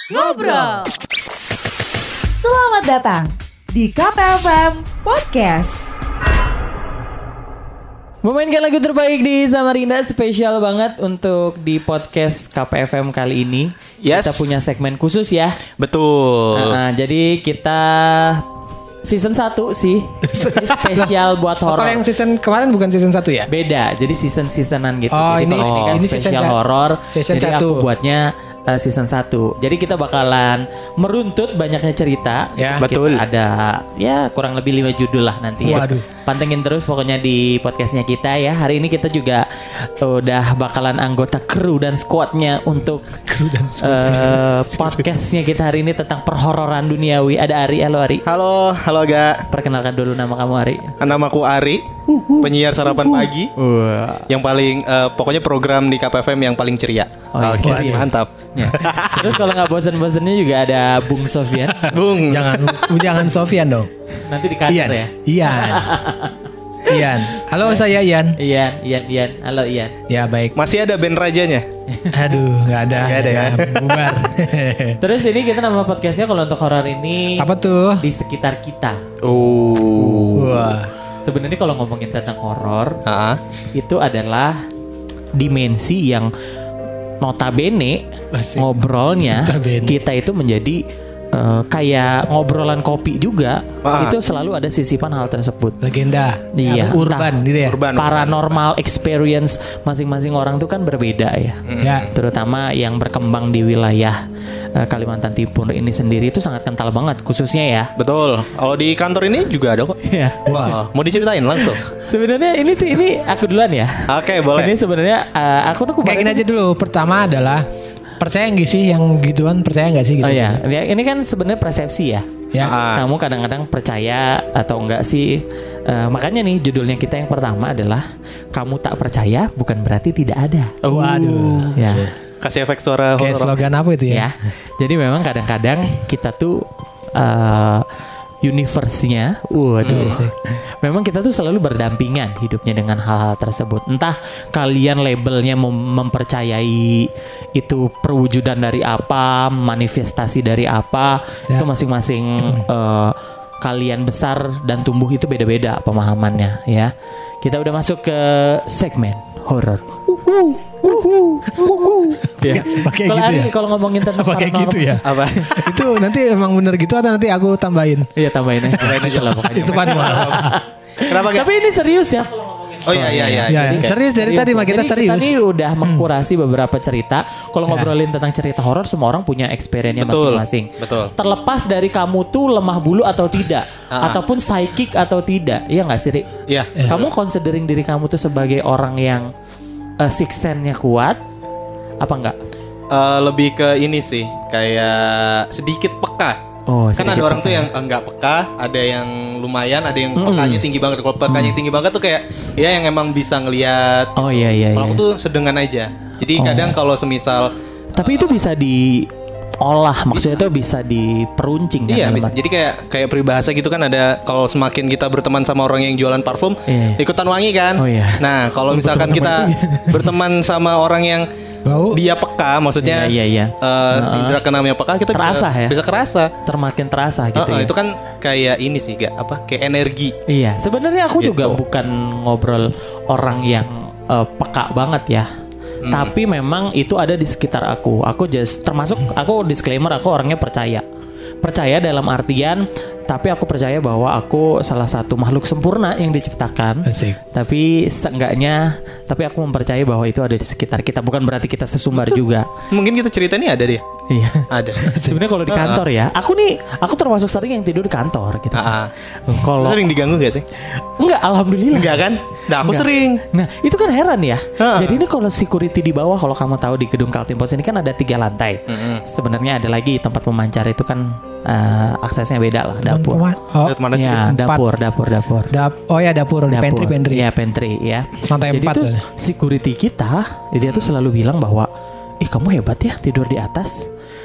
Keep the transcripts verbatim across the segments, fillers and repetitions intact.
Ngobrol. Selamat datang di K P F M Podcast. Memainkan lagu terbaik di Samarinda, spesial banget untuk di podcast K P F M kali ini. Yes. Kita punya segmen khusus ya. Betul. Nah, jadi kita season satu sih. Jadi spesial buat Oh, horor. kalau yang season kemarin bukan season satu ya? Beda, jadi season-seasonan gitu. Oh, jadi ini- kalau ini kan ini season spesial sa- horor. season Jadi satu. aku buatnya uh, season satu. Jadi kita bakalan meruntut banyaknya cerita. Ya. Terus Betul. kita ada ya kurang lebih lima judul lah nanti ya. Waduh. Pantengin terus pokoknya di podcastnya kita ya. Hari ini kita juga udah bakalan anggota kru dan squadnya untuk Kru dan uh, podcastnya kita hari ini tentang perhororan duniawi. Ada Ari, halo Ari. Halo, halo Ga. Perkenalkan dulu nama kamu Ari. Namaku Ari, penyiar sarapan pagi. Wah. Yang paling eh, pokoknya program di K P F M yang paling ceria. Oh, iya. Oke, Ceria. mantap. Ya. Terus kalau nggak bosen-bosennya juga ada Bung Sofyan. Bung. Jangan jangan Sofian dong. Nanti di kantor Ian. ya. Ian. Ian. Halo, saya Ian. Ian, Ian, Ian. Halo Ian. Ya, baik. Masih ada band rajanya? Aduh, nggak ada. Nggak ada ya? Bubar. Terus ini kita nama podcastnya kalau untuk horor ini Apa tuh? di sekitar kita. Oh. Wah. Sebenarnya kalau ngomongin tentang horor Ah. itu adalah dimensi yang notabene Asik. ngobrolnya Notabene. kita itu menjadi eh, kayak ngobrolan kopi juga. Ah. Itu selalu ada sisipan hal tersebut. Legenda. Iya. Apa, urban gitu ya. Urban. Paranormal experience masing-masing orang tuh kan berbeda ya. Ya. Terutama yang berkembang di wilayah eh, Kalimantan Timur ini sendiri itu sangat kental banget khususnya ya. Betul. Kalau di kantor ini juga ada kok. Ya. Oh, Wah. mau diceritain langsung? Sebenarnya ini tuh ini aku duluan ya. Oke, boleh. Ini sebenarnya eh, aku tuh Kayak kemarin gini aja dulu. Pertama adalah percaya nggak sih yang gituan? Percaya nggak sih gitu? Oh ya, ya, ini kan sebenarnya persepsi ya. Ya. Ah. Kamu kadang-kadang percaya atau enggak sih? Eh, makanya nih judulnya kita yang pertama adalah kamu tak percaya bukan berarti tidak ada. Waduh. Ya. Kasih efek suara Kayak horor. slogan apa itu Ya. ya? Jadi memang kadang-kadang kita tuh uh, universe-nya, waduh, Asik. memang kita tuh selalu berdampingan hidupnya dengan hal-hal tersebut. Entah kalian labelnya mem- mempercayai itu perwujudan dari apa, manifestasi dari apa, Ya. itu masing-masing uh, kalian besar dan tumbuh itu beda-beda pemahamannya ya. Kita udah masuk ke segmen horor. Uhu, uhu, uhu. Ya. Pakai Kalau gitu Ari, ya? kalau ngomongin tentang Apa kayak paranormal- gitu ya? Apa? Itu nanti emang bener gitu atau nanti aku tambahin? Iya tambahin aja. Tambahin aja lah pokoknya. Itu pan Kenapa Ga? Tapi ini serius ya. Oh iya iya iya. Ya, Jadi- serius dari Serius tadi ya. mah kita Jadi serius. Kita nih udah mengkurasi beberapa cerita. Kalau Ya. ngobrolin tentang cerita horor, semua orang punya experience-nya Betul, masing-masing. betul. Terlepas dari kamu tuh lemah bulu atau tidak, Ah. ataupun psychic atau tidak, iya nggak sih, Ri? Iya. Kamu considering diri kamu tuh sebagai orang yang uh, sixth sense-nya kuat, apa enggak? Eh, lebih ke ini sih, kayak sedikit peka. Oh, Kan ada sedikit orang tuh peka. yang enggak peka, ada yang lumayan, ada yang pekanya tinggi banget. Kalau pekanya tinggi banget tuh kayak ya yang emang bisa ngelihat. Oh iya iya. Kalau iya. aku tuh sedengan aja. Jadi Oh. kadang kalau semisal Tapi itu bisa diolah, maksudnya itu bisa diperuncing kan iya dalam bisa. arti- Jadi kayak kayak peribahasa gitu kan ada kalau semakin kita berteman sama orang yang jualan parfum, Iya. ikutan wangi kan. Oh, iya. Nah, kalau Oh, misalkan berteman kita berteman sama orang yang Bau. dia peka, maksudnya Iya, iya, iya. eh, indera keenamnya peka, kita Terasa bisa ya? bisa kerasa. termakin terasa gitu Heeh, ya. itu kan kayak ini sih, gak apa? Kayak energi. Iya, sebenarnya aku Gitu. juga bukan ngobrol orang yang eh, peka banget ya. Hmm. Tapi memang itu ada di sekitar aku. Aku just termasuk aku disclaimer aku orangnya percaya. Percaya dalam artian tapi aku percaya bahwa aku salah satu makhluk sempurna yang diciptakan. Asik. Tapi seenggaknya tapi aku mempercayai bahwa itu ada di sekitar kita, bukan berarti kita sesumbar juga. Mungkin kita cerita nih ada dia. Iya. Ada. Sebenarnya kalau di kantor ya, aku nih aku termasuk sering yang tidur di kantor gitu. Ah, ah. Kalau Sering diganggu gak sih? enggak, alhamdulillah. Enggak kan? Nah, aku Enggak. sering. Nah itu kan heran ya. Ha. Jadi ini kalau security di bawah, kalau kamu tahu di gedung Kaltim Pos ini kan ada tiga lantai. Mm-mm. Sebenarnya ada lagi tempat pemancar itu kan eh, aksesnya beda lah, dapur. Oh, Lihat mana sih? Ya, Empat. dapur, dapur, dapur. dap oh ya dapur, Dapur. pantry, pantry. Iya, pantry ya. Lantai Jadi empat tuh tuh. security kita, dia tuh selalu bilang bahwa, ih kamu hebat ya tidur di atas.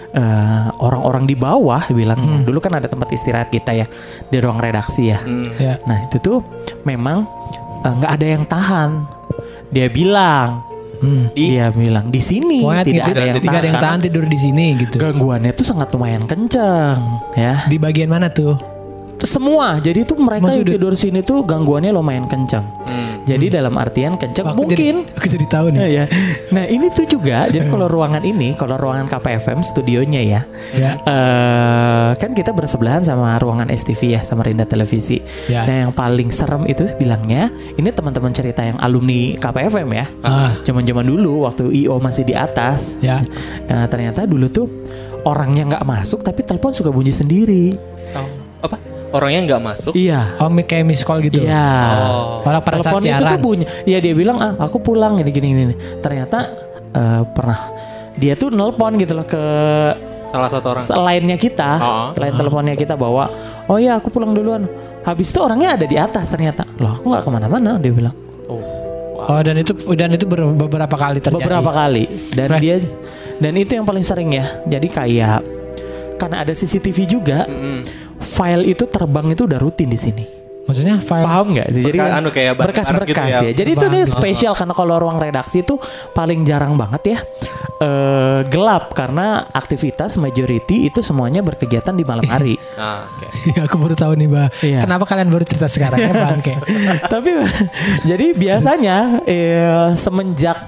Eh, orang-orang di bawah bilang, Hmm. dulu kan ada tempat istirahat kita ya di ruang redaksi ya. Hmm. Ya. Nah itu tuh memang eh, nggak ada yang tahan. Dia bilang Hmm. Di Dia bilang di sini Pokoknya tidak tidak ada yang tidak ada yang tahan tidur di sini gitu. Gangguannya tuh sangat lumayan kenceng ya. Di bagian mana tuh? Semua. Jadi tuh mereka Semua yang sudut. tidur sini tuh gangguannya lumayan kenceng. Hmm. Jadi dalam artian kenceng Aku mungkin. Jadi, aku jadi tahu nih. Nah, ya. Nah ini tuh juga. Jadi kalau ruangan ini, kalau ruangan K P F M studionya ya, Ya. eh kan kita bersebelahan sama ruangan S T V ya, sama Rinda Televisi. Ya. Nah yang paling serem itu bilangnya, ini teman-teman cerita yang alumni K P F M ya. Ah. Zaman-zaman dulu waktu I O masih di atas. Ya. Nah, ternyata dulu tuh orangnya nggak masuk, tapi telepon suka bunyi sendiri. Oh, apa? Orangnya nggak masuk. Iya. Oh, kayak miss call gitu. Iya. Oh. Orang pada saat Telepon itu siaran. tuh bunyi. Iya dia bilang ah aku pulang gini gini gini. Ternyata eh, pernah dia tuh nelpon gitu loh ke Salah satu orang. selainnya kita, Oh. selain teleponnya kita bawa. Oh iya aku pulang duluan. Habis itu orangnya ada di atas ternyata. Loh aku nggak kemana-mana dia bilang. Oh. Oh, dan itu dan itu ber- beberapa kali terjadi. Beberapa kali dan Freh. dia dan itu yang paling sering ya. Jadi kayak karena ada C C T V juga, Mm-mm. file itu terbang itu udah rutin di sini. Maksudnya file. Paham nggak? Jadi Berkas- kan anu kayak barang-barang berkas-berkas gitu ya. ya. Jadi itu nih Barang. spesial karena kalau ruang redaksi itu paling jarang banget ya eh, gelap karena aktivitas majority itu semuanya berkegiatan di malam hari. Ah, oke. Ya, aku baru tahu nih, Bah. Iya. Kenapa kalian baru cerita sekarang ya, Bangke? Tapi jadi biasanya eh, semenjak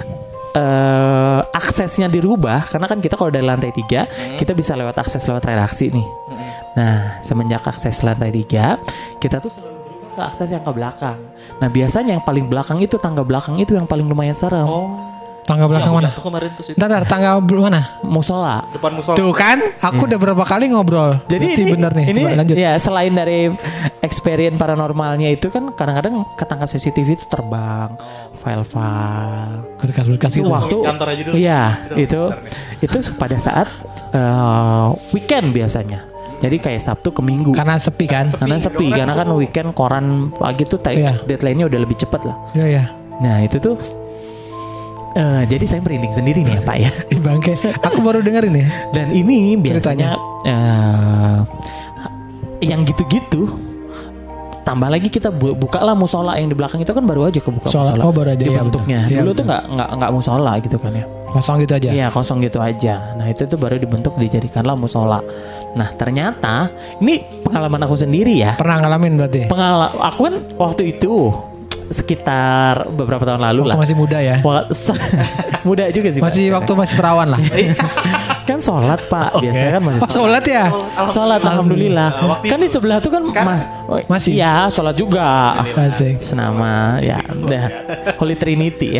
eh, aksesnya dirubah karena kan kita kalau dari lantai tiga kita bisa lewat akses lewat redaksi nih. Nah semenjak akses lantai tiga kita tuh selalu berubah ke akses yang ke belakang. Nah biasanya yang paling belakang itu tangga belakang itu yang paling lumayan serem. Oh. Tangga belakang mana? Tuh kemarin tuh situ. Ntar, ntar, tangga bel- mana? Musola. Depan musola. Tuh kan, aku udah berapa kali ngobrol. Jadi Berarti ini, bener nih. ini Coba lanjut. ya selain dari experience paranormalnya itu kan kadang-kadang ketangkap C C T V itu terbang, file-file. Berkas-berkas Itu gitu. waktu Kantor aja dulu. Iya, Itu itu itu pada saat eh, weekend biasanya. Jadi kayak Sabtu ke Minggu. Karena sepi kan? Karena sepi, karena kan weekend koran pagi tuh tag- Iya. deadline-nya udah lebih cepet lah. Iya, ya. Nah itu tuh eh, jadi saya merinding sendiri nih ya Pak ya. Ih, Bangke. Aku baru dengerin ya. Dan ini biasanya eh, yang gitu-gitu tambah lagi kita bu- buka lah musola yang di belakang itu kan baru aja kebuka Musola. musola. Oh, baru aja, iya, dibentuknya. benar. Iya, Dulu tuh benar. nggak nggak nggak musola gitu kan ya. Kosong gitu aja. Iya kosong gitu aja. Nah itu tuh baru dibentuk dijadikanlah musola. Nah ternyata ini pengalaman aku sendiri ya. Pernah ngalamin berarti? Pengalaman aku kan waktu itu sekitar beberapa tahun lalu Waktu lah. masih muda ya? Wa- muda juga sih. Pak. Masih waktu masih perawan lah. Kan sholat Pak. Biasanya kan masih Oh, sholat ya? Sholat alhamdulillah. Kan di sebelah tuh kan mas, oh, Masih? Iya sholat juga. Asik. Senama ya, udah Holy Trinity ya.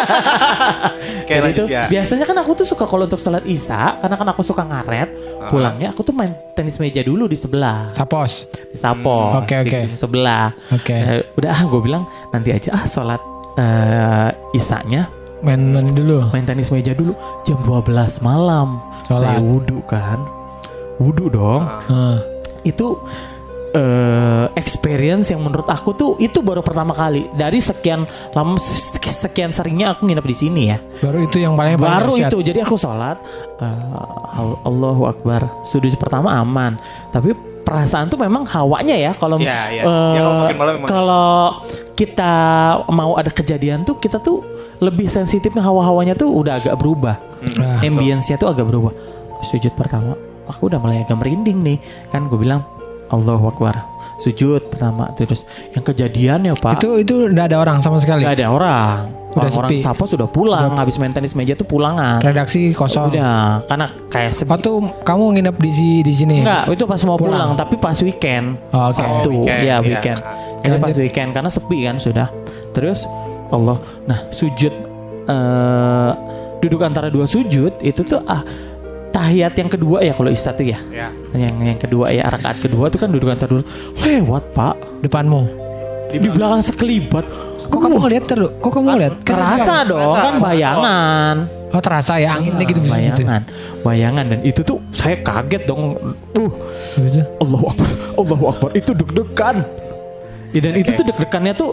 Kayak Jadi itu lanjut ya. biasanya kan aku tuh suka kalau untuk sholat isya, karena kan aku suka ngaret, pulangnya aku tuh main tenis meja dulu di sebelah, Sapos. di sapo, Hmm, oke, di oke. gedung sebelah. Oke. Eh, udah ah gue bilang nanti aja ah sholat eh, isyanya Main, main dulu. main tenis meja dulu jam dua belas malam. Sholat. Saya wudhu kan, wudhu dong. Heeh. Itu eh, experience yang menurut aku tuh itu baru pertama kali dari sekian lama sekian seringnya aku nginep di sini ya. Baru itu yang paling paling Baru dahsyat. itu jadi aku sholat eh, Allahu Akbar, sudut pertama aman, tapi perasaan tuh memang hawanya ya kalau Iya, iya. eh, Ya, kalau makin malam memang. kalau kita mau ada kejadian tuh kita tuh lebih sensitifnya, hawa-hawanya tuh udah agak berubah, Ah, ambience-nya tuh agak berubah. Sujud pertama aku udah mulai agak merinding nih kan, gue bilang Allahu Akbar, sujud pertama, terus yang kejadiannya Pak Itu itu udah ada orang sama sekali. nggak ada orang, Udah orang-orang sepi. Sapo sudah pulang, habis main tenis meja tuh pulangan. Redaksi kosong. Udah, karena kayak sepi. Waktu kamu nginep di si- di sini. Enggak, itu pas mau pulang, Pulang. tapi pas weekend. Oh, oke. Sabtu, Oh, weekend, ya iya. weekend. Jadi pas Lanjut. weekend karena sepi kan sudah. Terus Allah, nah sujud eh duduk antara dua sujud itu tuh ah tahiyat yang kedua ya kalau isya tuh ya. Ya. Yang yang kedua ya rakaat kedua tuh kan duduk antara dua. Lewat Pak Depanmu. di belakang sekelibat. Kok kamu ngeliat terus? Kok kamu ngeliat? Kan- Terasa dong Terasa, kan bayangan. Oh, terasa ya anginnya gitu gitu. Bayangan, bayangan dan itu tuh saya kaget dong. Uh, Gitu. Allahu Akbar, Allahu Akbar, itu deg-degan. Ya, dan itu tuh deg-degannya tuh,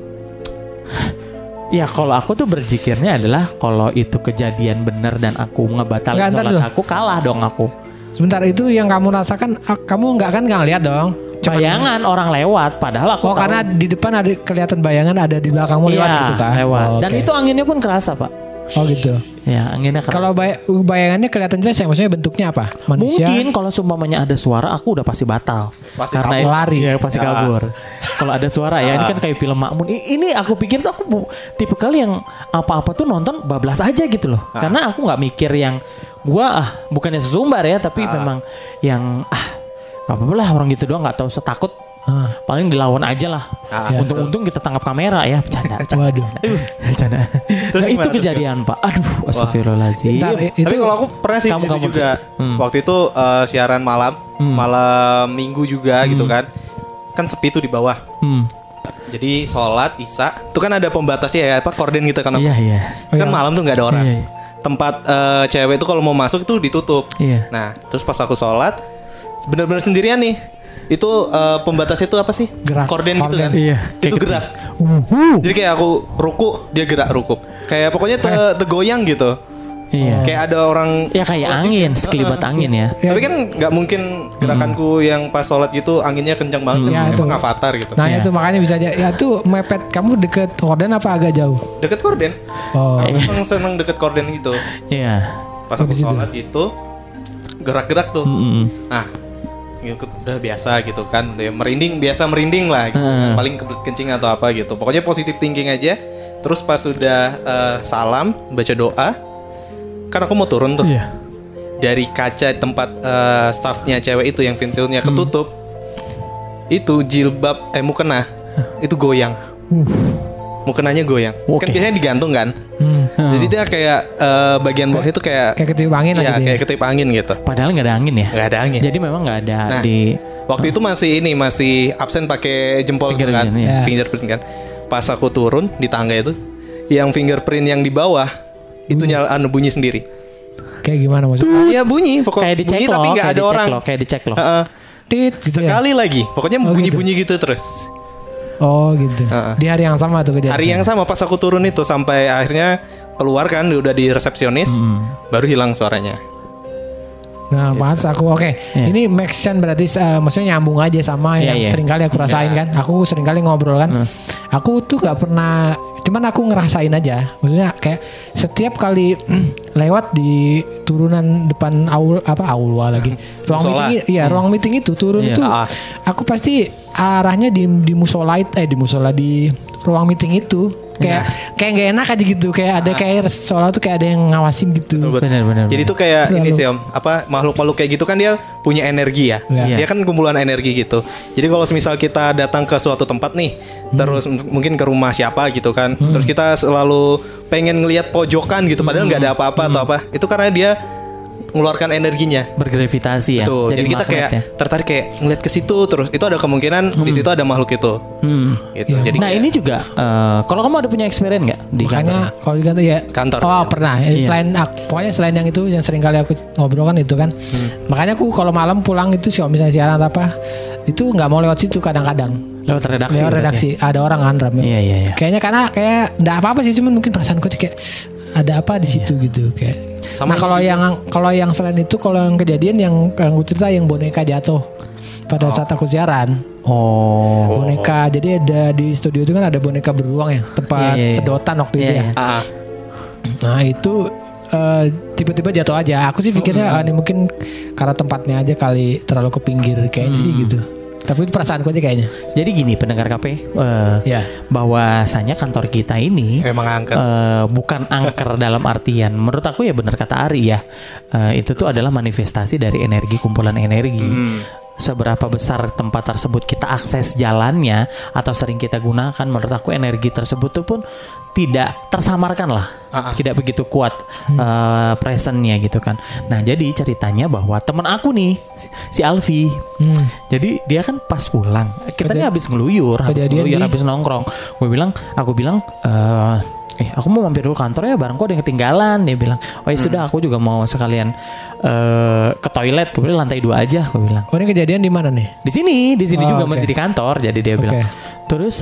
ya kalau aku tuh berzikirnya adalah kalau itu kejadian benar dan aku ngebatalin Nggak, ntar sholat dulu. aku, kalah dong aku. Sebentar, itu yang kamu rasakan, ah, kamu nggak kan nggak ngeliat dong? bayangan orang lewat, padahal aku Oh, tahu- karena di depan ada kelihatan bayangan ada di belakangmu lewat Iya, gitu kan. lewat. Oh, Dan oke. itu anginnya pun kerasa, Pak. Oh gitu. Ya, anginnya kerasa. Kalau bay- bayangannya kelihatan jelas ya, maksudnya bentuknya apa? Manusia. Mungkin kalau seumpamanya ada suara aku udah pasti batal. Pasti Karena kabur. Lari. Iya, pasti Ya. kabur. Kalau ada suara ya, ini kan kayak film Makmun. I- Ini aku pikir tuh aku bu- tipe kali yang apa-apa tuh nonton bablas aja gitu loh. Karena aku nggak mikir yang gua ah bukannya sesumbar ya, tapi memang yang ah nggak apa-apa lah orang gitu doang nggak tahu setakut. Ah. Paling dilawan aja lah. Ah, Untung-untung kita tangkap kamera ya, bercanda. bercanda. Waduh. Bercanda. Terus Nah, itu gimana, terus kejadian Pak. Aduh, astagfirullahaladzim. Ntar, itu Tapi kalau aku pernah sih Kamu- di situ kamu- juga. Hmm. Waktu itu eh, siaran malam, malam minggu juga gitu kan. Kan sepi tuh di bawah. Hmm. Jadi sholat isya, itu kan ada pembatasnya ya, apa korden gitu kan. Iya, iya. Kan malam tuh nggak ada orang. Iya, iya. Tempat eh, cewek itu kalau mau masuk itu ditutup. Iya. Nah, terus pas aku sholat, benar-benar sendirian nih. Itu eh, pembatasnya itu apa sih? Gerak. Korden, gitu Korden. kan? Iya, Itu kayak gerak. Uhuh. Jadi kayak aku ruku, dia gerak ruku. Kayak pokoknya te- tergoyang gitu. Iya. Kayak ada orang. Ya kayak angin, sekelibat angin ya. Tapi kan nggak mungkin gerakanku yang pas sholat gitu anginnya kencang banget. Ya, Emang itu. avatar gitu. Nah Iya. itu makanya bisa aja. Ya tuh mepet kamu deket korden apa agak jauh? Deket korden. Oh. Iya. Emang seneng deket korden gitu. Iya. Pas Oh, aku di situ. sholat gitu gerak-gerak tuh. Mm-mm. Nah, ngikut udah biasa gitu kan. Udah merinding, biasa merinding lah gitu. Heeh. Paling kebelet kencing atau apa gitu. Pokoknya positif thinking aja. Terus pas sudah eh, salam, baca doa. Kan aku mau turun tuh. Iya. Dari kaca tempat eh, staffnya cewek itu yang pintunya ketutup. Itu jilbab eh mukena itu goyang. Mukenanya goyang. Kan Oke. biasanya digantung kan. Hmm. Jadi dia kayak eh, bagian bawah itu kayak Kayak ketiup angin lah ya, gitu ya. kayak ketip angin gitu. Padahal nggak ada angin ya. Nggak ada angin. Jadi memang nggak ada Nah, di. Waktu itu masih ini masih absen pakai jempol gitu kan, Fingerprint, ya. fingerprint kan. Pas aku turun di tangga itu, yang fingerprint yang di bawah itu nyala anu bunyi sendiri. Kayak gimana maksudnya? Iya bunyi, pokoknya Kayak dicek bunyi loh, tapi nggak kayak ada dicek orang. loh, kayak dicek loh. Heeh. Tit gitu ya? Sekali lagi, pokoknya Oh, bunyi-bunyi gitu terus. Oh gitu. Heeh. Di hari yang sama tuh kejadian. Hari yang sama pas aku turun itu sampai akhirnya keluar kan udah di resepsionis, baru hilang suaranya. Nah, pas aku oke. Iya. Ini make sense berarti uh, maksudnya nyambung aja sama Iya, yang iya. sering kali aku rasain kan. Aku sering kali ngobrol kan. Hmm. Aku tuh gak pernah, cuman aku ngerasain aja. Maksudnya kayak setiap kali mm, lewat di turunan depan aul apa aula lagi. Ruang Musola. meeting, iya ruang meeting itu turun Iya. itu. Ah. Aku pasti arahnya di di musola it- eh di musola di ruang meeting itu. Kayak kayak nggak enak aja gitu. Kayak ada kayak seolah tuh kayak ada yang ngawasin gitu. Betul, betul. Benar, benar, Jadi benar. tuh kayak Selalu. ini sih Om, apa makhluk-makhluk kayak gitu kan dia punya energi ya. Iya. Dia kan kumpulan energi gitu. Jadi kalau misal kita datang ke suatu tempat nih, terus m- mungkin ke rumah siapa gitu kan, terus kita selalu pengen ngelihat pojokan gitu, padahal nggak ada apa-apa atau apa. Itu karena dia mengeluarkan energinya. Bergravitasi ya. Tuh, jadi, kita magnet kayak ya. tertarik kayak ngeliat ke situ terus. Itu ada kemungkinan di situ ada makhluk itu. Hmm. Gitu. Iya. Jadi Nah kayak- ini juga eh, kalau kamu ada punya experience nggak di Makanya kantor? kalau di kantor ya Kantor. Oh pernah. Ya, Iya. Selain aku, pokoknya selain yang itu yang sering kali aku ngobrol kan itu kan. Hmm. Makanya aku kalau malam pulang itu sih kalau misalnya siaran atau apa itu nggak mau lewat situ kadang-kadang. Lewat redaksi. Lewat berarti redaksi ada orang kan rame. Iya, iya, iya. Kayaknya karena kayak nggak apa-apa sih cuman mungkin perasaanku tuh kayak ada apa di situ Iya. gitu kayak. Sama nah kalau yang kalau yang selain itu kalau yang kejadian yang yang aku cerita yang boneka jatuh pada saat aku siaran. Oh. Boneka jadi ada di studio itu kan ada boneka beruang ya tempat Iya, iya, iya. sedotan waktu itu Iya, ya. iya. Ah, ah. Nah itu eh, tiba-tiba jatuh aja. Aku sih pikirnya ah, ini mungkin karena tempatnya aja kali terlalu ke pinggir kayaknya sih gitu. Tapi itu perasaanku aja kayaknya. Jadi gini pendengar K P, eh, Ya. bahwasanya kantor kita ini Emang angker. eh, bukan angker dalam artian, menurut aku ya benar kata Ari ya, eh, itu tuh adalah manifestasi dari energi kumpulan energi. Seberapa besar tempat tersebut kita akses jalannya atau sering kita gunakan, menurut aku energi tersebut tuh pun tidak tersamarkan lah, Ah, ah. tidak begitu kuat eh, presentnya gitu kan. Nah jadi ceritanya bahwa teman aku nih si- si Alfi, Hmm. jadi dia kan pas pulang, kita nih habis ngeluyur, habis Kejadian ngeluyur, di- habis nongkrong. Gue bilang, aku bilang, eh, eh aku mau mampir dulu kantor ya, barangku ada yang ketinggalan. Dia bilang, oh ya sudah, aku juga mau sekalian eh, ke toilet. Gue bilang lantai dua aja, gue bilang. Oh ini kejadian di mana nih? Di sini, di sini Oh, juga oke. masih di kantor. Jadi dia Oke. bilang, terus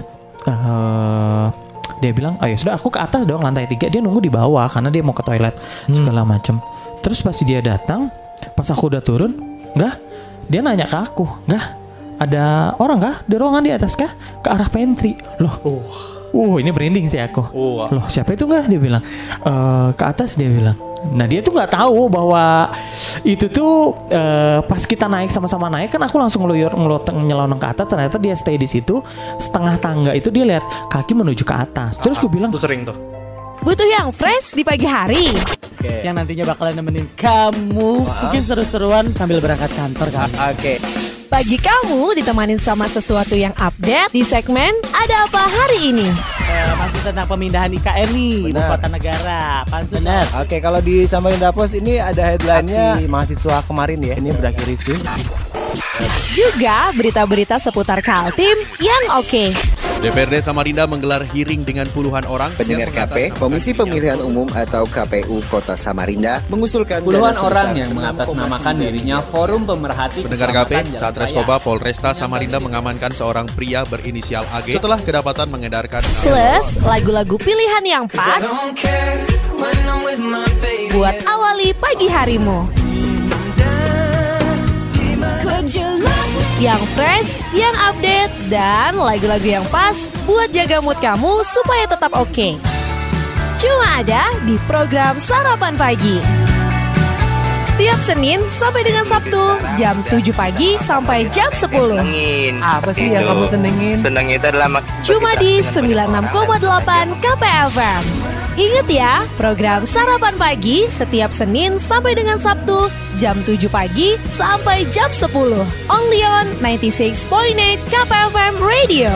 eh, dia bilang, oh ya sudah, aku ke atas dong lantai tiga. Dia nunggu di bawah karena dia mau ke toilet segala macem. Terus pas dia datang, pas aku udah turun, enggak, dia nanya ke aku, enggak, ada orang kah di ruangan di atas kah ke arah pantry. Loh. Uh, uh ini branding sih aku. Uh. Loh, siapa itu nggak? Dia bilang e, ke atas dia bilang. Nah dia tuh nggak tahu bahwa itu tuh uh, pas kita naik sama-sama naik kan aku langsung ngeluyur ngeloteng nyelonong ke atas, ternyata dia stay di situ setengah tangga itu dia lihat kaki menuju ke atas. Terus gue bilang itu sering tuh. Butuh yang fresh di pagi hari. Okay. Yang nantinya bakalan nemenin kamu wow. mungkin seru-seruan sambil berangkat kantor kan. Oke. Okay. Pagi kamu ditemanin sama sesuatu yang update di segmen Ada Apa Hari Ini. Eh, masih tentang pemindahan I K N nih, ibu kota negara. Pansus. Benar. Oke, kalau di Samarinda Post ini ada headline-nya mahasiswa kemarin ya. Ini berakhir itu. Juga berita-berita seputar Kaltim yang oke. Okay. D P R D Samarinda menggelar hearing dengan puluhan orang pendengar K P, Komisi Pemilihan Umum atau K P U Kota Samarinda mengusulkan puluhan orang yang mengatasnamakan dirinya Forum Pemerhati pendengar K P. Satreskoba Polresta Samarinda mengamankan seorang pria berinisial A G setelah kedapatan mengedarkan plus lagu-lagu pilihan yang pas buat awali pagi harimu. Yang fresh, yang update, dan lagu-lagu yang pas buat jaga mood kamu supaya tetap oke. Okay. Cuma ada di program Sarapan Pagi. Setiap Senin sampai dengan Sabtu, jam tujuh pagi sampai jam sepuluh. Senengin. Apa sih yang kamu senengin? Seneng itu adalah cuma di sembilan puluh enam koma delapan K P F M. Ingat ya, program Sarapan Pagi setiap Senin sampai dengan Sabtu, jam tujuh pagi sampai jam sepuluh. Only on sembilan puluh enam koma delapan K P F M Radio.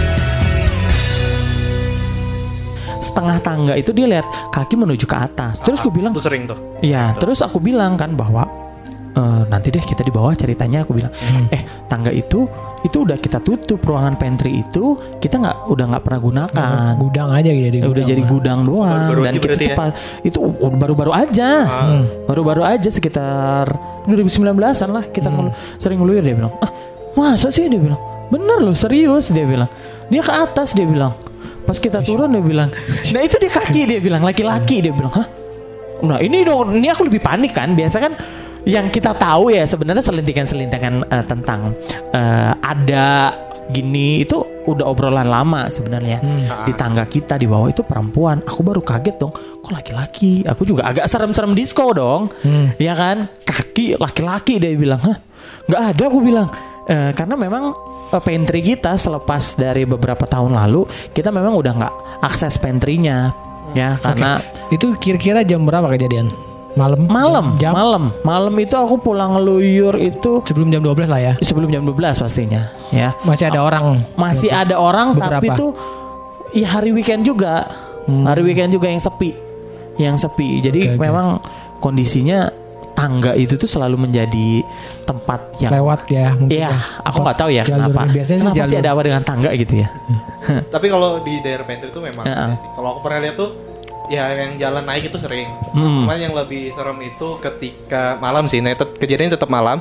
Setengah tangga itu dia lihat kaki menuju ke atas. Terus gue bilang itu sering tuh. Iya, terus aku bilang kan bahwa e, nanti deh kita di bawah ceritanya. Aku bilang hmm. eh tangga itu itu udah kita tutup, ruangan pantry itu kita nggak udah nggak pernah gunakan. Oh, gudang aja jadi. Eh, udah jadi gudang doang. Baru dan kita ya? cepat itu baru-baru aja, ah. baru-baru aja sekitar dua ribu sembilan belasan lah kita hmm. sering ngeluyur. Dia bilang ah masa sih, dia bilang bener loh serius, dia bilang dia ke atas, dia bilang. Pas kita turun dia bilang, nah itu di kaki, dia bilang laki-laki, dia bilang, hah? Nah ini dong, ini aku lebih panik kan. Biasa kan yang kita tahu ya sebenarnya selintingan-selintingan uh, tentang uh, ada gini itu udah obrolan lama sebenarnya. Hmm. Di tangga kita di bawah itu perempuan. Aku baru kaget dong, kok laki-laki? Aku juga agak serem-serem disco dong, hmm. ya kan? Kaki laki-laki, dia bilang, hah? Nggak ada, aku bilang. Uh, karena memang uh, pantry kita selepas dari beberapa tahun lalu kita memang udah nggak akses pantry-nya ya karena okay. Itu kira-kira jam berapa kejadian? Malam? Malam, jam? malam, malam itu aku pulang ngeluyur itu sebelum jam dua belas lah ya. Sebelum jam dua belas pastinya ya. Masih ada orang. Masih ada orang beberapa. Tapi tuh ya hari weekend juga, hmm. hari weekend juga yang sepi, yang sepi. Jadi okay, memang okay. kondisinya tangga itu tuh selalu menjadi tempat yang lewat ya mungkin. Iya, aku nggak tahu ya kenapa. Biasanya kenapa sih sih ada apa dengan tangga gitu ya. Tapi kalau di daerah pantry itu memang uh-uh. sih. Kalau aku pernah lihat tuh ya yang jalan naik itu sering. Hmm. Cuman yang lebih serem itu ketika malam sih. Nah, tet- kejadian tetap malam.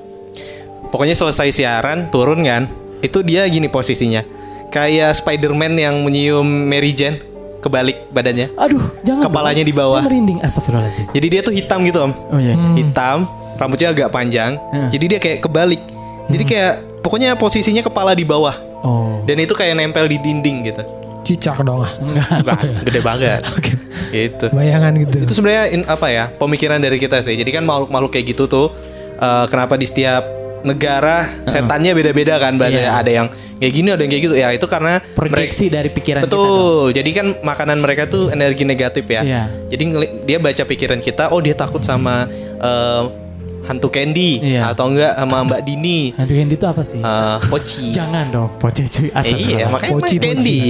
Pokoknya selesai siaran turun kan. Itu dia gini posisinya. Kayak Spider-Man yang menyium Mary Jane. Kebalik badannya. Aduh, jangan. Kepalanya dong. Di bawah. Saya merinding, astagfirullahaladzim. Jadi dia tuh hitam gitu om. Oh iya. Hmm. Hitam, rambutnya agak panjang. Hmm. Jadi dia kayak kebalik. Hmm. Jadi kayak pokoknya posisinya kepala di bawah. Oh. Dan itu kayak nempel di dinding gitu. Cicak dong ah. Enggak, gede banget. Oke. Gitu. Bayangan gitu. Itu sebenarnya in, apa ya? Pemikiran dari kita sih. Jadi kan makhluk-makhluk kayak gitu tuh uh, kenapa di setiap negara setannya beda-beda kan, yeah. Ada yang kayak gini, ada yang kayak gitu. Ya itu karena proyeksi dari pikiran betul. kita. Betul. Jadi kan makanan mereka tuh energi negatif ya. Yeah. Jadi ngeli- dia baca pikiran kita, oh dia takut sama uh, hantu Candy, yeah. Atau enggak sama Mbak Dini. Hantu Candy itu apa sih? Uh, Poci. Jangan dong, Poci cuy. Eh, iya, makanya Poci, Candy.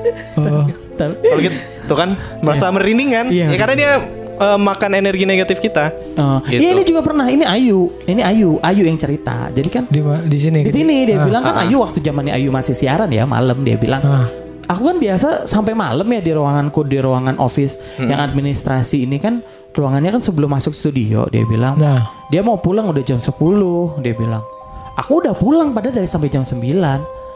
Oh. Kalau gitu tuh kan merasa yeah. merinding kan? Yeah. Ya karena dia Uh, makan energi negatif kita. Uh, gitu. Iya ini juga pernah. Ini Ayu. Ini Ayu. Ayu yang cerita. Jadi kan di, di sini. Di sini dia ah, bilang kan ah, Ayu waktu zamannya Ayu masih siaran ya malam dia bilang. Ah. Aku kan biasa sampai malam ya di ruanganku di ruangan office hmm. yang administrasi ini kan ruangannya kan sebelum masuk studio dia bilang. Nah. Dia mau pulang udah jam sepuluh dia bilang. Aku udah pulang padahal dari sampai jam sembilan.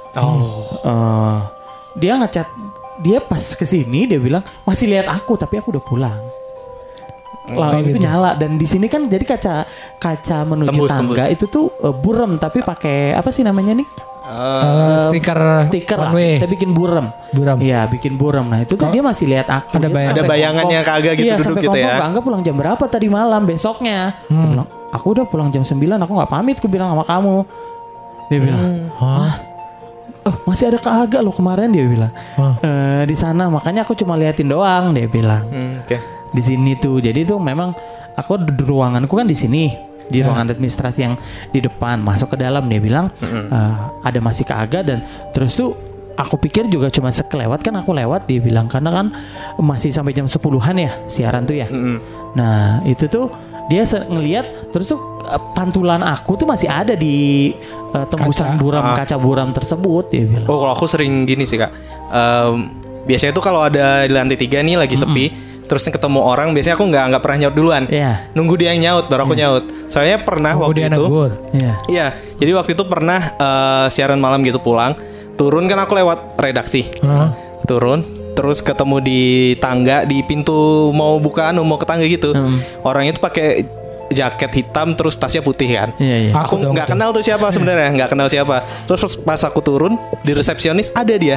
Oh. Uh, dia ngechat dia pas kesini dia bilang masih lihat aku tapi aku udah pulang. Lampu itu gitu. nyala dan di sini kan jadi kaca kaca menuju Tembus, tangga tembus. itu tuh uh, burem tapi pakai apa sih namanya nih? Uh, stiker Stiker lah. one way. Kita bikin burem. Buram. Iya, bikin burem. Nah, itu tuh dia masih lihat aku. Ada Dia bayang- Ada sampai bayangannya kompong. kagak gitu Iya, duduk sampai gitu kompong, ya. Kak Angga pulang jam berapa tadi malam besoknya? Hmm. Aku bilang, aku udah pulang jam sembilan, aku nggak pamit, aku bilang sama kamu. Dia bilang, hah? Oh, masih ada Kak Aga loh kemarin, dia bilang. "Eh, di sana, makanya aku cuma liatin doang," dia bilang. Hmm, Oke. Di sini tuh. Jadi tuh memang aku di ruanganku kan di sini, di ruangan administrasi yang di depan. Masuk ke dalam dia bilang "Eh, ada masih Kak Aga dan terus tuh aku pikir juga cuma sekelewat kan aku lewat dia bilang karena kan masih sampai jam sepuluhan ya siaran tuh ya. Nah, itu tuh dia se- ngelihat terus tuh eh, pantulan aku tuh masih ada di eh, tembusan Kaca. buram Ah. kaca buram tersebut dia bilang. Oh, kalau aku sering gini sih, Kak. Em, biasanya tuh kalau ada di lantai tiga nih lagi sepi, terus ketemu orang, biasanya aku nggak nggak pernah nyaut duluan. Iya. Nunggu dia yang nyaut, baru aku nyaut. Soalnya pernah Oh, waktu dia itu. negur. Iya. Iya, jadi waktu itu pernah eh, siaran malam gitu pulang, turun kan aku lewat redaksi, Hah? turun, terus ketemu di tangga di pintu mau bukaan mau ke tangga gitu, Hmm. orangnya tuh pakai jaket hitam terus tasnya putih kan. Iya, iya. Aku Aku dong nggak itu. kenal tuh siapa sebenarnya, nggak kenal siapa. Terus pas aku turun di resepsionis ada dia.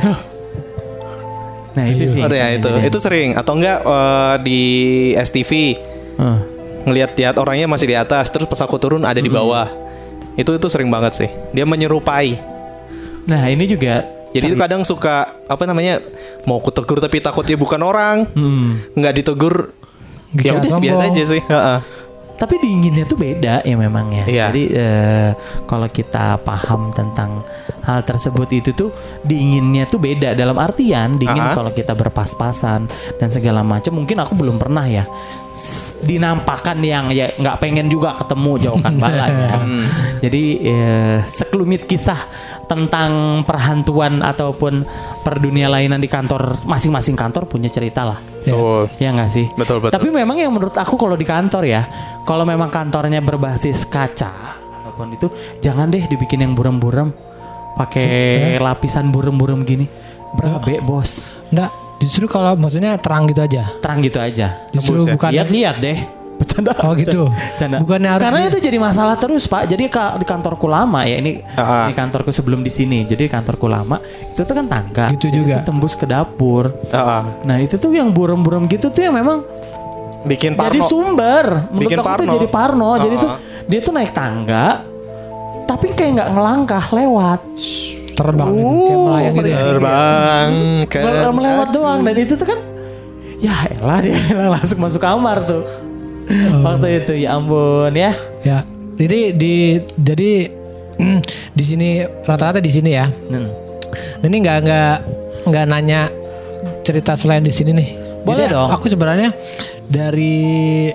Nah, itu sih. Ada ya itu, itu sering atau enggak eh, di S T V Heeh. ngelihat-lihat orangnya masih di atas, terus pas aku turun ada di bawah. Itu itu sering banget sih. Dia menyerupai. Nah, ini juga Jadi itu kadang suka apa namanya mau kutegur tapi takutnya bukan orang, Hmm. nggak ditegur. Ya Dikira udah biasa sombong. aja sih. Heeh. Tapi dinginnya tuh beda ya memang ya. Iya. Jadi eh, kalau kita paham tentang hal tersebut itu tuh dinginnya tuh beda dalam artian dingin Aha. kalau kita berpas-pasan dan segala macam. Mungkin aku belum pernah ya s- dinampakkan yang ya nggak pengen juga ketemu jauhkan bala ya. Jadi eh, sekelumit kisah tentang perhantuan ataupun perdunia lainan di kantor masing-masing kantor punya cerita lah. Betul. Ya nggak sih? Betul, betul. Tapi memang yang menurut aku kalau di kantor ya, kalau memang kantornya berbasis kaca ataupun itu, jangan deh dibikin yang buram-buram, pakai lapisan buram-buram gini. Berabe bos, Enggak, justru kalau maksudnya terang gitu aja. terang gitu aja. Justru Tembus ya? bukan Lihat-lihat deh. Bercanda. Oh gitu. Bercanda. Bukannya harus Karena di- itu jadi masalah terus Pak. Jadi ka- di kantorku lama ya ini Ah. di kantorku sebelum di sini. Jadi kantorku lama itu tuh kan tangga. Gitu Jadi juga. itu tembus ke dapur. Heeh. Nah itu tuh yang buram-buram gitu tuh yang memang Bikin jadi parno. sumber. Menurut Bikin aku tuh parno. jadi parno. Jadi Uh-uh. tuh dia tuh naik tangga, tapi kayak nggak ngelangkah lewat, terbang gitu, kayak melayang gitu ya. Terbang ke Mel- melewat doang. Dan itu tuh kan, ya elah dia langsung masuk kamar tuh. Waktu itu ya ampun ya. Ya. Jadi di jadi mm, di sini rata-rata di sini ya. Hmm. Ini nggak nggak nggak nanya cerita selain di sini nih. Boleh Jadi dong. Aku sebenarnya dari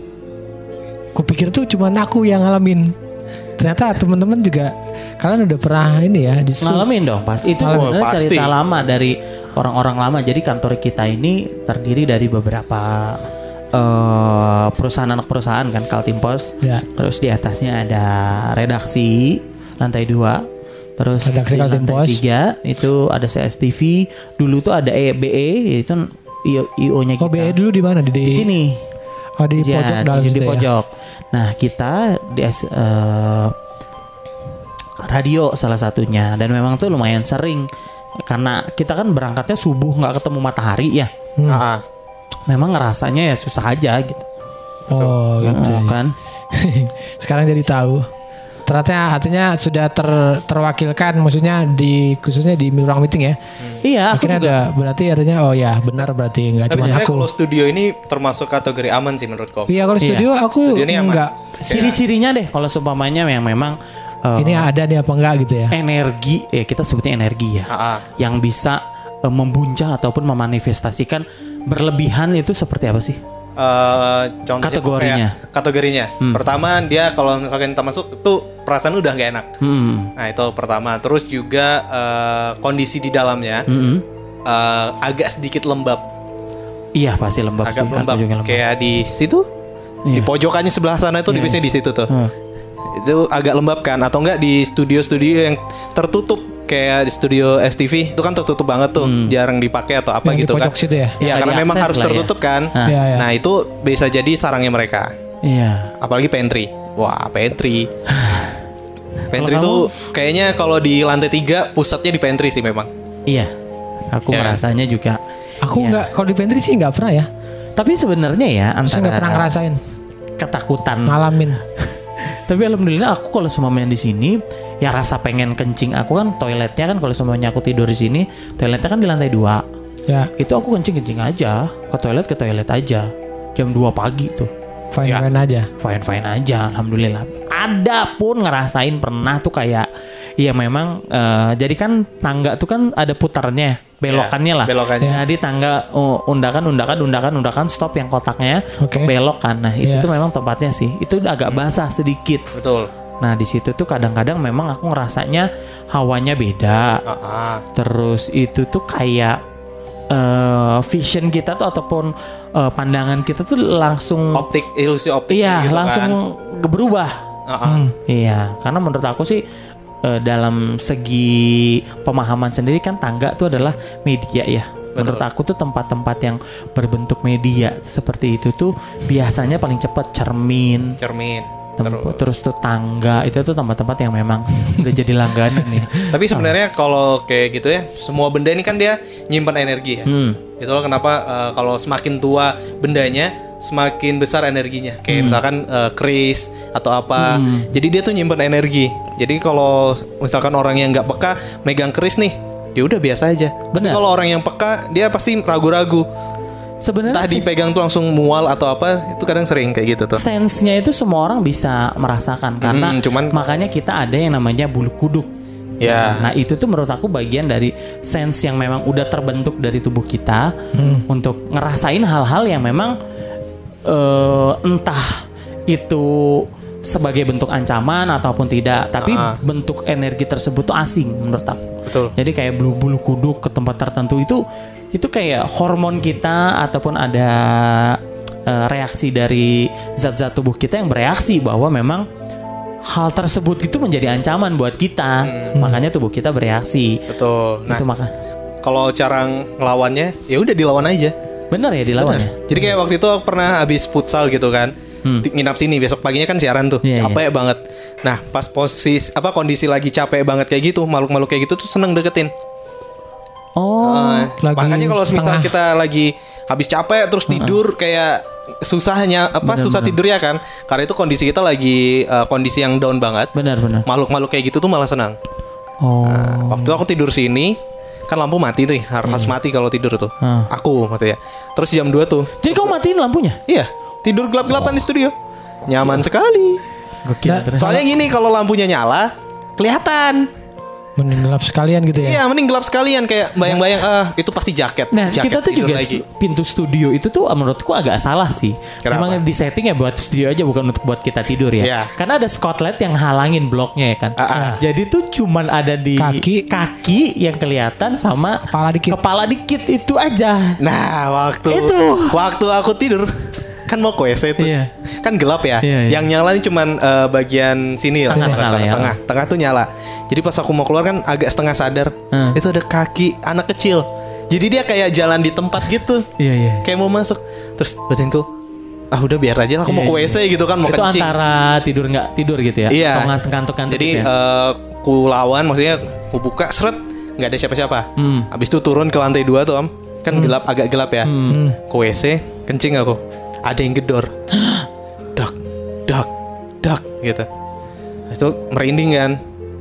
kupikir tuh cuman aku yang ngalamin. Ternyata teman-teman juga kalian udah pernah ini ya justru. Ngalamin dong pas itu Ngalamin. sebenarnya Oh, pasti. cerita lama dari orang-orang lama. Jadi kantor kita ini terdiri dari beberapa eh, perusahaan anak perusahaan kan, Kaltimpos. Ya. Terus di atasnya ada redaksi lantai dua. Terus Redaksi di lantai Kaltimpos. tiga itu ada C S T V. Dulu tuh ada E B E itu I O-nya kita. Oh B E dulu di mana di, Di sini. Oh di Ya, pojok dalam di, di situ ya. pojok. Nah kita di S- eh, radio salah satunya dan memang tuh lumayan sering karena kita kan berangkatnya subuh nggak ketemu matahari ya. Heeh. Memang ngerasanya ya susah aja gitu. Oh gitu. Oh, kan. Sekarang jadi tahu. Ternyata artinya sudah ter, terwakilkan maksudnya di khususnya di ruang meeting ya. Iya, aku Akhirnya juga. ada berarti artinya oh ya benar berarti nggak Tapi cuma sebenarnya aku. kalau studio ini termasuk kategori aman sih menurutku. Iya kalau Iya. studio aku Studio ini aman. enggak. Ciri-cirinya deh kalau seumpamanya yang memang eh, Ini ada nih apa enggak gitu ya. energi, ya kita sebutnya energi ya, Heeh. yang bisa eh, membuncah ataupun memanifestasikan berlebihan itu seperti apa sih? Eh, contohnya tuh Kategorinya. kayak- kategorinya. Hmm. Pertama dia kalau misalkan kita masuk tuh perasaan udah nggak enak. Hmm. Nah itu pertama. Terus juga eh, kondisi di dalamnya Mm-mm. eh, agak sedikit lembab, Iya pasti lembab agak sih. lembab. Aku juga lembab. Kayak di situ, di Iya. pojokannya sebelah sana itu di Iya. biasanya di situ tuh. Hmm. Itu agak lembab kan? Atau enggak di studio-studio yang tertutup kayak di studio S T V itu kan tertutup banget tuh, Hmm. jarang dipakai atau apa Yang di gitu kan. pojok situ ya? Iya, Yang karena nggak memang diakses harus lah ya. tertutup kan. Ah. Iya, iya. Nah, itu bisa jadi sarangnya mereka. Iya. Apalagi pantry. Wah, pantry. Pantry Kalau tuh kayaknya kalau di lantai tiga pusatnya di pantry sih memang. Iya. Aku Ya. merasanya juga. Aku Iya. nggak, kalau di pantry sih nggak pernah ya. Tapi sebenarnya ya Saya antara nggak pernah ngerasain, ketakutan. ngalamin. Tapi alhamdulillah aku kalau semuanya di sini ya rasa pengen kencing aku kan toiletnya kan kalau semuanya aku tidur di sini toiletnya kan di lantai dua. Ya, Itu aku kencing-kencing aja ke toilet ke toilet aja jam dua pagi tuh. fine Ya. fine aja. Fine-fine aja alhamdulillah. Ada pun ngerasain pernah tuh kayak ya memang eh, jadi kan tangga tuh kan ada putarnya belokannya lah. belokannya. Jadi tangga uh, undakan undakan undakan undakan stop yang kotaknya Oke. belok kan. Nah, itu Iya. tuh memang tempatnya sih. Itu agak basah sedikit. Betul. Nah, di situ tuh kadang-kadang memang aku ngerasanya hawanya beda. Ah, ah. Terus itu tuh kayak eh, vision kita tuh ataupun eh, pandangan kita tuh langsung Optik, ilusi optik iya, gitu langsung kan. berubah. Ah, ah. Iya, karena menurut aku sih eh, dalam segi pemahaman sendiri kan tangga tuh adalah media ya. Menurut aku tuh tempat-tempat yang berbentuk media seperti itu tuh biasanya paling cepat cermin, Cermin. tem- Terus. terus tuh tangga itu tuh tempat-tempat yang memang udah jadi langganan ya. Tapi sebenarnya kalau kayak gitu ya, semua benda ini kan dia nyimpan energi ya. Hmm. Itulah kenapa eh, kalau semakin tua bendanya, semakin besar energinya. Kayak misalkan eh, keris atau apa. Jadi dia tuh nyimpan energi. Jadi kalau misalkan orang yang nggak peka megang keris nih, ya udah biasa aja. Tapi Benar. kalau orang yang peka, dia pasti ragu-ragu. Sebenarnya Entah sih, dipegang tuh langsung mual atau apa, itu kadang sering kayak gitu tuh. sense-nya itu semua orang bisa merasakan karena Hmm, cuman- makanya kita ada yang namanya bulu kuduk. Ya. Nah itu tuh menurut aku bagian dari sense yang memang udah terbentuk dari tubuh kita untuk ngerasain hal-hal yang memang eh, entah itu sebagai bentuk ancaman ataupun tidak, tapi Ah. bentuk energi tersebut tuh asing menurut aku. Betul. Jadi kayak bulu-bulu kuduk ke tempat tertentu itu itu kayak hormon kita ataupun ada eh, reaksi dari zat-zat tubuh kita yang bereaksi bahwa memang hal tersebut itu menjadi ancaman buat kita. Makanya tubuh kita bereaksi. Betul. Nah, Itu maka kalau cara ngelawannya, ya udah dilawan aja. benar ya dilawan ya. Jadi kayak waktu itu aku pernah habis futsal gitu kan. Hmm. Di- Nginap sini, besok paginya kan siaran tuh. Iya, capek banget. Nah, pas posisi apa kondisi lagi capek banget kayak gitu, makhluk-makhluk kayak gitu tuh seneng deketin. Oh, Eh, lagi makanya kalau setengah. misalnya kita lagi habis capek terus tidur kayak susahnya apa Benar, susah benar. tidur ya kan? Karena itu kondisi kita lagi eh, kondisi yang down banget. benar-benar. Makhluk-makhluk kayak gitu tuh malah senang. Oh, Waktu aku tidur sini kan lampu mati tuh, har- harus mati kalau tidur tuh. Hmm. Aku maksudnya. Terus jam dua tuh. jadi kamu matiin lampunya? Iya, tidur gelap-gelapan di studio. Nyaman sekali. Gokil. Nah, ternyata. Soalnya gini, kalau lampunya nyala, kelihatan. Mending gelap sekalian gitu ya. Iya, mending gelap sekalian kayak bayang-bayang ah itu pasti jaket. Nah, jaket kita tuh tidur juga lagi. pintu studio itu tuh menurutku agak salah sih. Kenapa? Memang di setting ya buat studio aja bukan untuk buat kita tidur ya. Iya. Karena ada skotlet yang halangin bloknya ya kan. Ah, ah. Jadi tuh cuman ada di Kaki. kaki yang kelihatan sama Kepala dikit. Kepala dikit itu aja. Nah, waktu Itu. waktu aku tidur kan mau ke W C tuh. Iya. Kan gelap ya. Iya, iya. Yang nyala ini cuman eh, bagian sini lah, Tengah, kalau nggak tengah salah. ya. tengah. Tengah tuh nyala. Jadi pas aku mau keluar kan agak setengah sadar. Hmm. Itu ada kaki anak kecil. Jadi dia kayak jalan di tempat gitu. Iya iya. Kayak mau masuk. Terus batinku, ah udah biar aja lah, aku mau ke W C gitu kan, mau Itu kencing. antara tidur nggak tidur gitu ya? Iya. Atau ngantuk-ngantuk Jadi gitu ya? eh, ku lawan, maksudnya ku buka seret, nggak ada siapa-siapa. Hmm. Habis itu turun ke lantai dua tuh Om, kan gelap, agak gelap ya. Hmm. Ke W C, kencing aku. Ada yang gedor. Dak, dak, dak gitu. Habis itu merinding kan.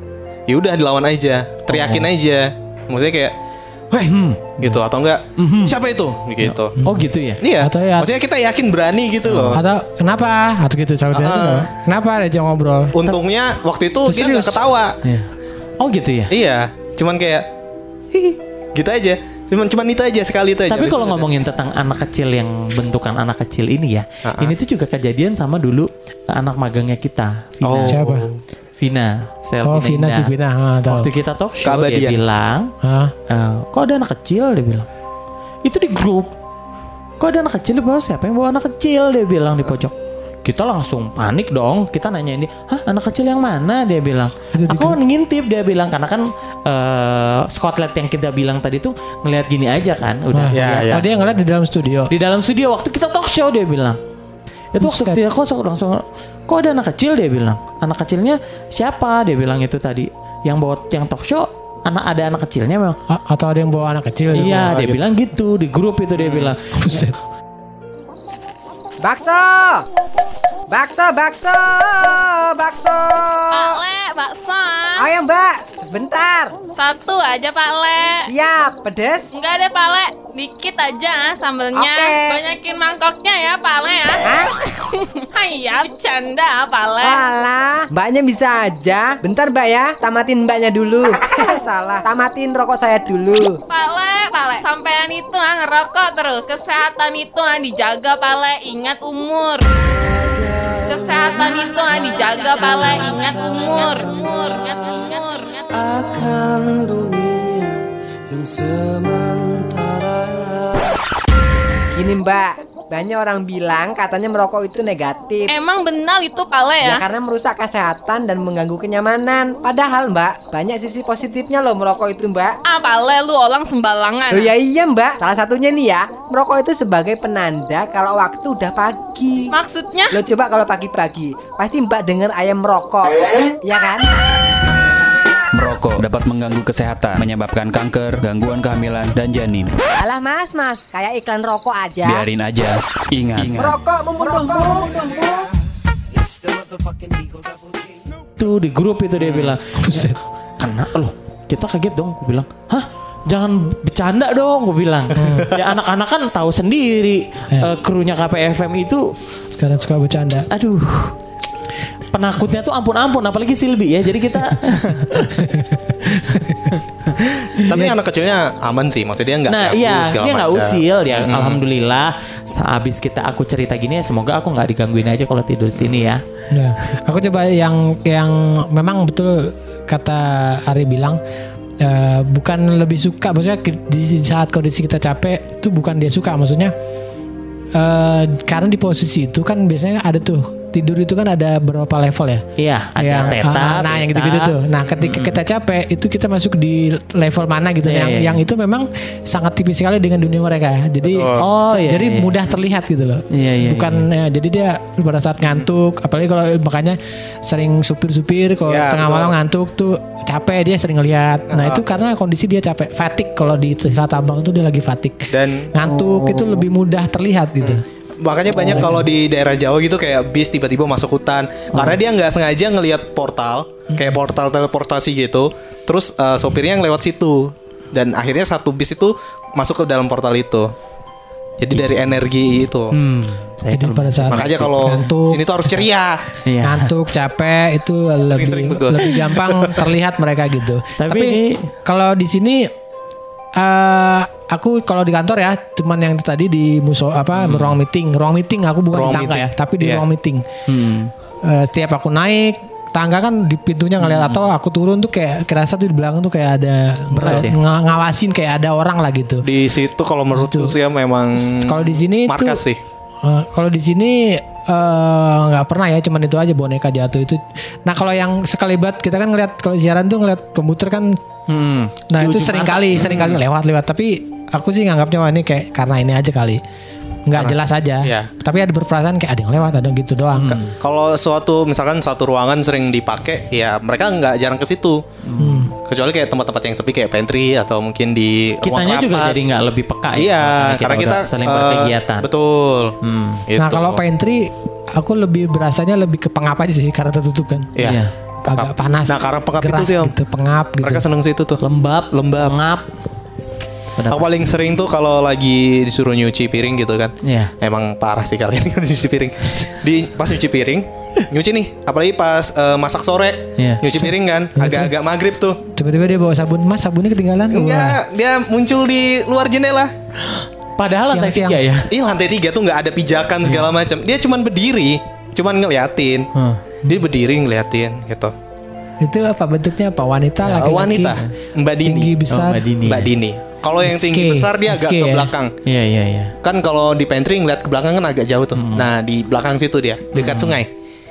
Ya udah dilawan aja, teriakin Oh. aja. Maksudnya kayak, weh, gitu atau enggak? Siapa itu? Gitu. Oh gitu ya? Iya. Atau ya- Maksudnya kita yakin berani gitu loh. Atau kenapa? Atau gitu saudara Ah. itu loh. Kenapa ada ngobrol? Untungnya waktu itu dia Serius? nggak ketawa. Iya. Oh gitu ya? Iya, cuman kayak hihi, gitu aja. Cuman cuman itu aja sekali itu aja. Tapi Habis kalau itu ngomongin tentang anak kecil yang bentukan anak kecil ini ya, Ah-ah. ini tuh juga kejadian sama dulu anak magangnya kita, Vina. Oh. Siapa? Vina, Sel Oh, Vina Indah. si Vina. Ah, tahu. Waktu kita talk show dia Keabadian. bilang, Hah? eh, kok ada anak kecil dia bilang. Itu di grup. Kok ada anak kecil di bawah, siapa yang bawa anak kecil dia bilang di pojok. Kita langsung panik dong. Kita nanya ini, hah anak kecil yang mana? Dia bilang, aku ngintip. Dia bilang karena kan uh, Scotland yang kita bilang tadi tuh ngelihat gini aja kan, udah. Oh, ya, ya. Oh, dia ngeliat di dalam studio. Di dalam studio waktu kita talk show dia bilang. Itu waktu dia kok langsung, kok ada anak kecil dia bilang. Anak kecilnya siapa? Dia bilang itu tadi. Yang bawa yang talk show anak ada anak kecilnya memang. A- atau ada yang bawa anak kecil? Iya dia gitu. Bilang gitu di grup itu dia hmm. bilang. Buset. Bakso, bakso, bakso, bakso. Pak Le, bakso. Ayo Mbak, sebentar. Satu aja Pak Le. Siap, pedes? Enggak deh Pak Le, dikit aja sambelnya. Okay. Banyakin mangkoknya ya Pak Le ya. Hah? Hayya, bercanda Pak Le. Alah, Mbaknya bisa aja. Bentar Mbak ya, tamatin Mbaknya dulu. Salah, tamatin rokok saya dulu. Pak Le, Pak Le, sampean itu ah, ngerokok terus. Kesehatan itu ah, dijaga Pak Le, ingat umur. Kesehatan itu ah, dijaga Pak Le, ingat umur. Umur, ingat umur. Akan dunia yang sementara. Gini Mbak, banyak orang bilang katanya merokok itu negatif. Emang benar itu Pak Le ya? Ya karena merusak kesehatan dan mengganggu kenyamanan. Padahal Mbak, banyak sisi positifnya loh merokok itu Mbak. Ah Pak Le, lu orang sembarangan. Oh ya iya Mbak, salah satunya nih ya, merokok itu sebagai penanda kalau waktu udah pagi. Maksudnya? Lo coba kalau pagi-pagi, pasti Mbak denger ayam merokok, ya kan? Merokok dapat mengganggu kesehatan, menyebabkan kanker, gangguan kehamilan, dan janin. Alah mas, mas, kayak iklan rokok aja. Biarin aja. Ingat, Ingat. Merokok membunuhmu. Tuh di grup itu dia bilang, buset, kena loh. Kita kaget dong, gue bilang, hah? Jangan bercanda dong, gue bilang. Ya anak-anak kan tahu sendiri, ya. uh, krunya K P F M itu sekarang suka bercanda. Aduh. Penakutnya tuh ampun-ampun, apalagi Silbi ya. Jadi kita tapi anak kecilnya aman sih, maksudnya dia nggak nah iya dia nggak usil ya. hmm. Alhamdulillah. Habis kita aku cerita gini ya, semoga aku nggak digangguin aja kalau tidur sini ya. Nah, aku coba yang yang memang betul kata Ari bilang, uh, bukan lebih suka, maksudnya di saat kondisi kita capek tuh bukan dia suka, maksudnya uh, karena di posisi itu kan biasanya ada tuh tidur itu kan ada beberapa level ya. Iya, ada yang, teta, uh, nah yang gitu-gitu tuh. Nah, ketika hmm. kita capek itu kita masuk di level mana gitu, yeah, yang yeah. yang itu memang sangat tipis sekali dengan dunia mereka. Jadi oh, iya, jadi iya. mudah terlihat gitu loh. Iya, iya, Bukan iya. Ya, jadi dia pada saat ngantuk, apalagi kalau makanya sering supir-supir kalau yeah, tengah malam ngantuk tuh capek dia sering ngelihat. Nah, uh. itu karena kondisi dia capek, fatigue kalau di Selat Abang itu dia lagi fatigue. Dan ngantuk oh. itu lebih mudah terlihat gitu. Hmm. Makanya banyak kalau di daerah Jawa gitu kayak bis tiba-tiba masuk hutan oh. karena dia nggak sengaja ngelihat portal kayak portal teleportasi gitu, terus uh, sopirnya yang lewat situ dan akhirnya satu bis itu masuk ke dalam portal itu. Jadi dari energi itu. Hmm. Jadi pada saat makanya kalau ngantuk, sini tuh harus ceria. Ngantuk, capek itu lebih lebih gampang terlihat mereka gitu. Tapi, Tapi kalau di sini uh, aku kalau di kantor ya, cuman yang tadi di muso apa hmm. ruang meeting, ruang meeting aku bukan ruang di tangga meeting. ya, tapi di yeah. ruang meeting. Hmm. Uh, setiap aku naik tangga kan di pintunya ngeliat hmm. atau aku turun tuh kayak kerasa tuh di belakang tuh kayak ada berat, ng- ya? ngawasin kayak ada orang lah gitu. Di situ kalau menurutku sih ya memang kalau di sini markas tuh, sih. Uh, kalau di sini nggak uh, pernah ya, cuman itu aja boneka jatuh itu. Nah kalau yang sekalibat kita kan ngeliat kalau siaran tuh ngeliat komputer kan, hmm. nah itu sering kali hmm. sering kali lewat-lewat. Tapi aku sih nganggapnya wah ini kayak karena ini aja kali. Nggak jelas aja, ya. Tapi ada berperasaan kayak ada yang lewat, ada gitu doang. Hmm. Kalau suatu misalkan suatu ruangan sering dipakai, ya mereka nggak jarang ke situ. Hmm. Kecuali kayak tempat-tempat yang sepi kayak pantry atau mungkin di kitanya ruang juga rapat. Jadi nggak lebih peka. Iya, ya, karena karena kita, kita saling uh, berkegiatan. Betul. Hmm. Gitu. Nah kalau pantry, aku lebih berasanya lebih ke pengap aja sih karena tertutup kan. Iya. Ya. Agak panas. Nah karena pengap gerah, itu sih om. Gitu, pengap. Gitu. Mereka seneng sih itu tuh. Lembab, lembab, pengap. Aku paling sering tuh kalau lagi disuruh nyuci piring gitu kan. Iya. Emang parah sih kalian kalau nyuci piring. Di pas nyuci piring, nyuci nih, apalagi pas uh, masak sore, yeah. nyuci piring kan, agak-agak maghrib tuh. Tiba-tiba dia bawa sabun, mas sabunnya ketinggalan. Enggak, dia muncul di luar jendela. Padahal lantai tiga ya. Iya lantai tiga tuh nggak ada pijakan segala yeah. macam. Dia cuman berdiri, cuman ngeliatin. Hmm. Dia berdiri ngeliatin gitu. Itu apa bentuknya apa? Wanita, laki-laki? Wanita, Mbak Dini. Tinggi besar. Oh, Mbak Dini. Mbak Dini. Kalau yang tinggi besar dia agak ke belakang. Iya iya iya. Kan kalau di pantry ngeliat ke belakang kan agak jauh tuh. Hmm. Nah di belakang situ dia dekat hmm. sungai,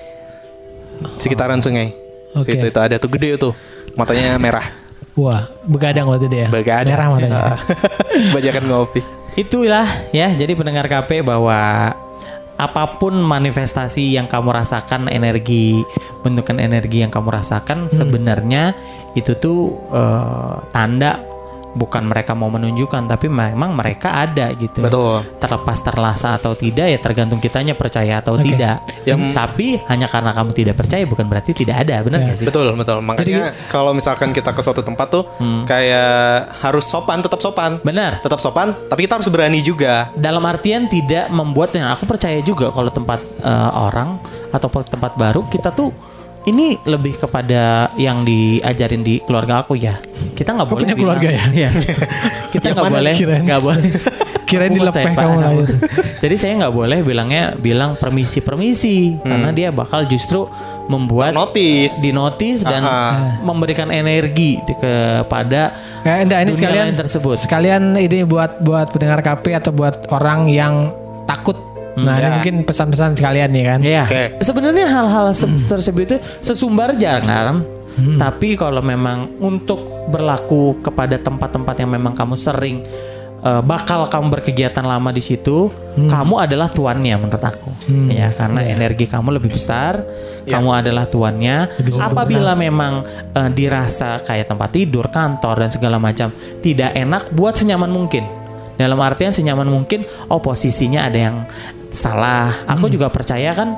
sekitaran sungai. Okay. Situ itu ada tuh gede tuh, matanya merah. Wah, begadang waktu dia. Begadang. Merah matanya. Bajakan ngopi. Itulah ya. Jadi pendengar K P bahwa apapun manifestasi yang kamu rasakan, energi, bentukan energi yang kamu rasakan, hmm. sebenarnya itu tuh uh, tanda. Bukan mereka mau menunjukkan, tapi memang mereka ada gitu. Betul. Terlepas terlasa atau tidak ya tergantung kitanya percaya atau okay. tidak. Yang... Tapi hanya karena kamu tidak percaya bukan berarti tidak ada, benar nggak yeah. sih? Betul betul. Makanya Jadi, kalau misalkan kita ke suatu tempat tuh hmm. kayak harus sopan, tetap sopan. Benar. Tetap sopan, tapi kita harus berani juga. Dalam artian tidak membuatnya. Aku percaya juga kalau tempat uh, orang atau tempat baru kita tuh ini lebih kepada yang diajarin di keluarga aku ya. Kita nggak boleh punya bilang, keluarga ya. ya kita nggak boleh, nggak boleh. Kirain dilepeh kamu lahir. Jadi saya nggak boleh bilangnya bilang permisi permisi hmm. karena dia bakal justru membuat notis, dinotis dan Aha. memberikan energi kepada ya, enggak, ini sekalian tersebut. Sekalian ini buat buat pendengar K P atau buat orang yang takut. Nah, ya. Ini mungkin pesan-pesan sekalian nih kan. Iya. Okay. Sebenarnya hal-hal se- tersebut itu sesumbar jangan. Hmm. Tapi kalau memang untuk berlaku kepada tempat-tempat yang memang kamu sering uh, bakal kamu berkegiatan lama di situ, hmm. kamu adalah tuannya menurut aku. Hmm. Ya, karena yeah. energi kamu lebih besar, yeah. kamu adalah tuannya. Lebih Apabila benar. memang uh, dirasa kayak tempat tidur, kantor dan segala macam tidak enak, buat senyaman mungkin. Dalam artian senyaman mungkin, oh posisinya ada yang salah. Aku hmm. juga percaya kan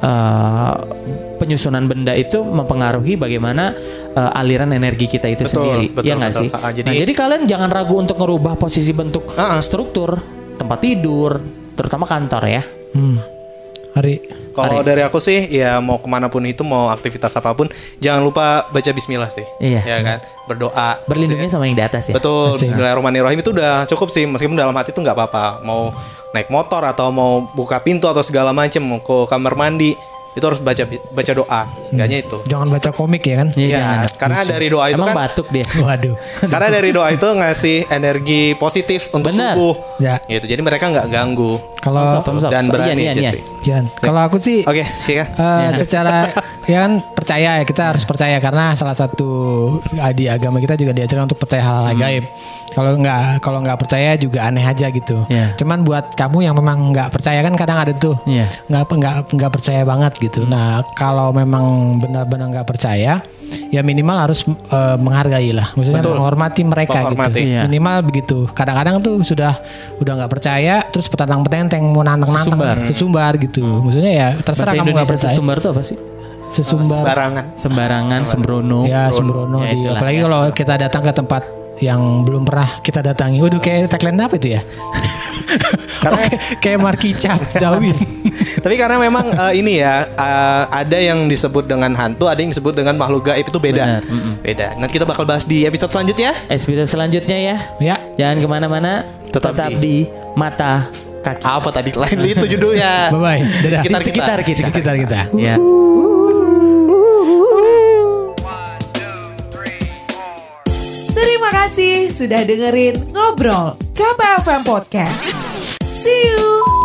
uh, penyusunan benda itu mempengaruhi bagaimana uh, aliran energi kita itu betul, sendiri. Betul, ya nggak sih? Uh, jadi, nah, jadi kalian jangan ragu untuk merubah posisi bentuk uh-uh. struktur tempat tidur, terutama kantor ya. Hmm. Hari. Kalau dari aku sih, ya mau kemanapun itu, mau aktivitas apapun, jangan lupa baca Bismillah sih. Iya. Ya kan, berdoa. Berlindungnya ya. Sama yang di atas ya. Betul. Asik. Bismillahirrahmanirrahim itu udah cukup sih, meskipun dalam hati itu nggak apa-apa. Mau naik motor atau mau buka pintu atau segala macam, mau ke kamar mandi, itu harus baca baca doa. Seenggaknya itu. Jangan baca komik ya kan? Iya. Karena Lucu. dari doa itu Emang kan batuk dia. Waduh. Karena dari doa itu ngasih energi positif untuk Bener. tubuh. Ya. Gitu. Jadi mereka nggak ganggu. Kalau dan berani iya, iya, sih. Iya. Kalau aku sih Oke, okay, sih kan. Uh, secara ya kan percaya ya, kita harus percaya karena salah satu di agama kita juga diajarkan untuk percaya hal-hal hmm. gaib. Kalau nggak kalau nggak percaya juga aneh aja gitu. Yeah. Cuman buat kamu yang memang nggak percaya kan kadang ada tuh yeah. nggak nggak nggak percaya banget gitu. Hmm. Nah kalau memang benar-benar nggak percaya, ya minimal harus uh, menghargai lah. Maksudnya Betul. menghormati mereka menghormati. gitu. Yeah. Minimal begitu. Kadang-kadang tuh sudah udah nggak percaya, terus petantang-petenteng mau nantang-nantang sesumbar, sesumbar gitu. Hmm. Maksudnya ya terserah Bahasa kamu nggak percaya. Sesumbar itu apa sih? Sesumbar. Sembarangan. Sembarangan, sembrono. Ya sembrono. Ya, di, apalagi ya. kalau kita datang ke tempat yang belum pernah kita datangi. Waduh, kayak tagline apa itu ya? Karena kayak Marki Cap Jawin. Tapi karena memang uh, ini ya uh, ada yang disebut dengan hantu, ada yang disebut dengan makhluk gaib, itu beda. Beda. Nanti kita bakal bahas di episode selanjutnya. Episode selanjutnya ya. Ya. Jangan kemana-mana. Tetap, tetap di, di mata kaki. Apa tadi? Lain itu judulnya. Bye bye. Dadah. Sekitar, sekitar kita. kita. Sekitar kita. Ya. Terima kasih sudah dengerin Ngobrol K P F M Podcast. See you.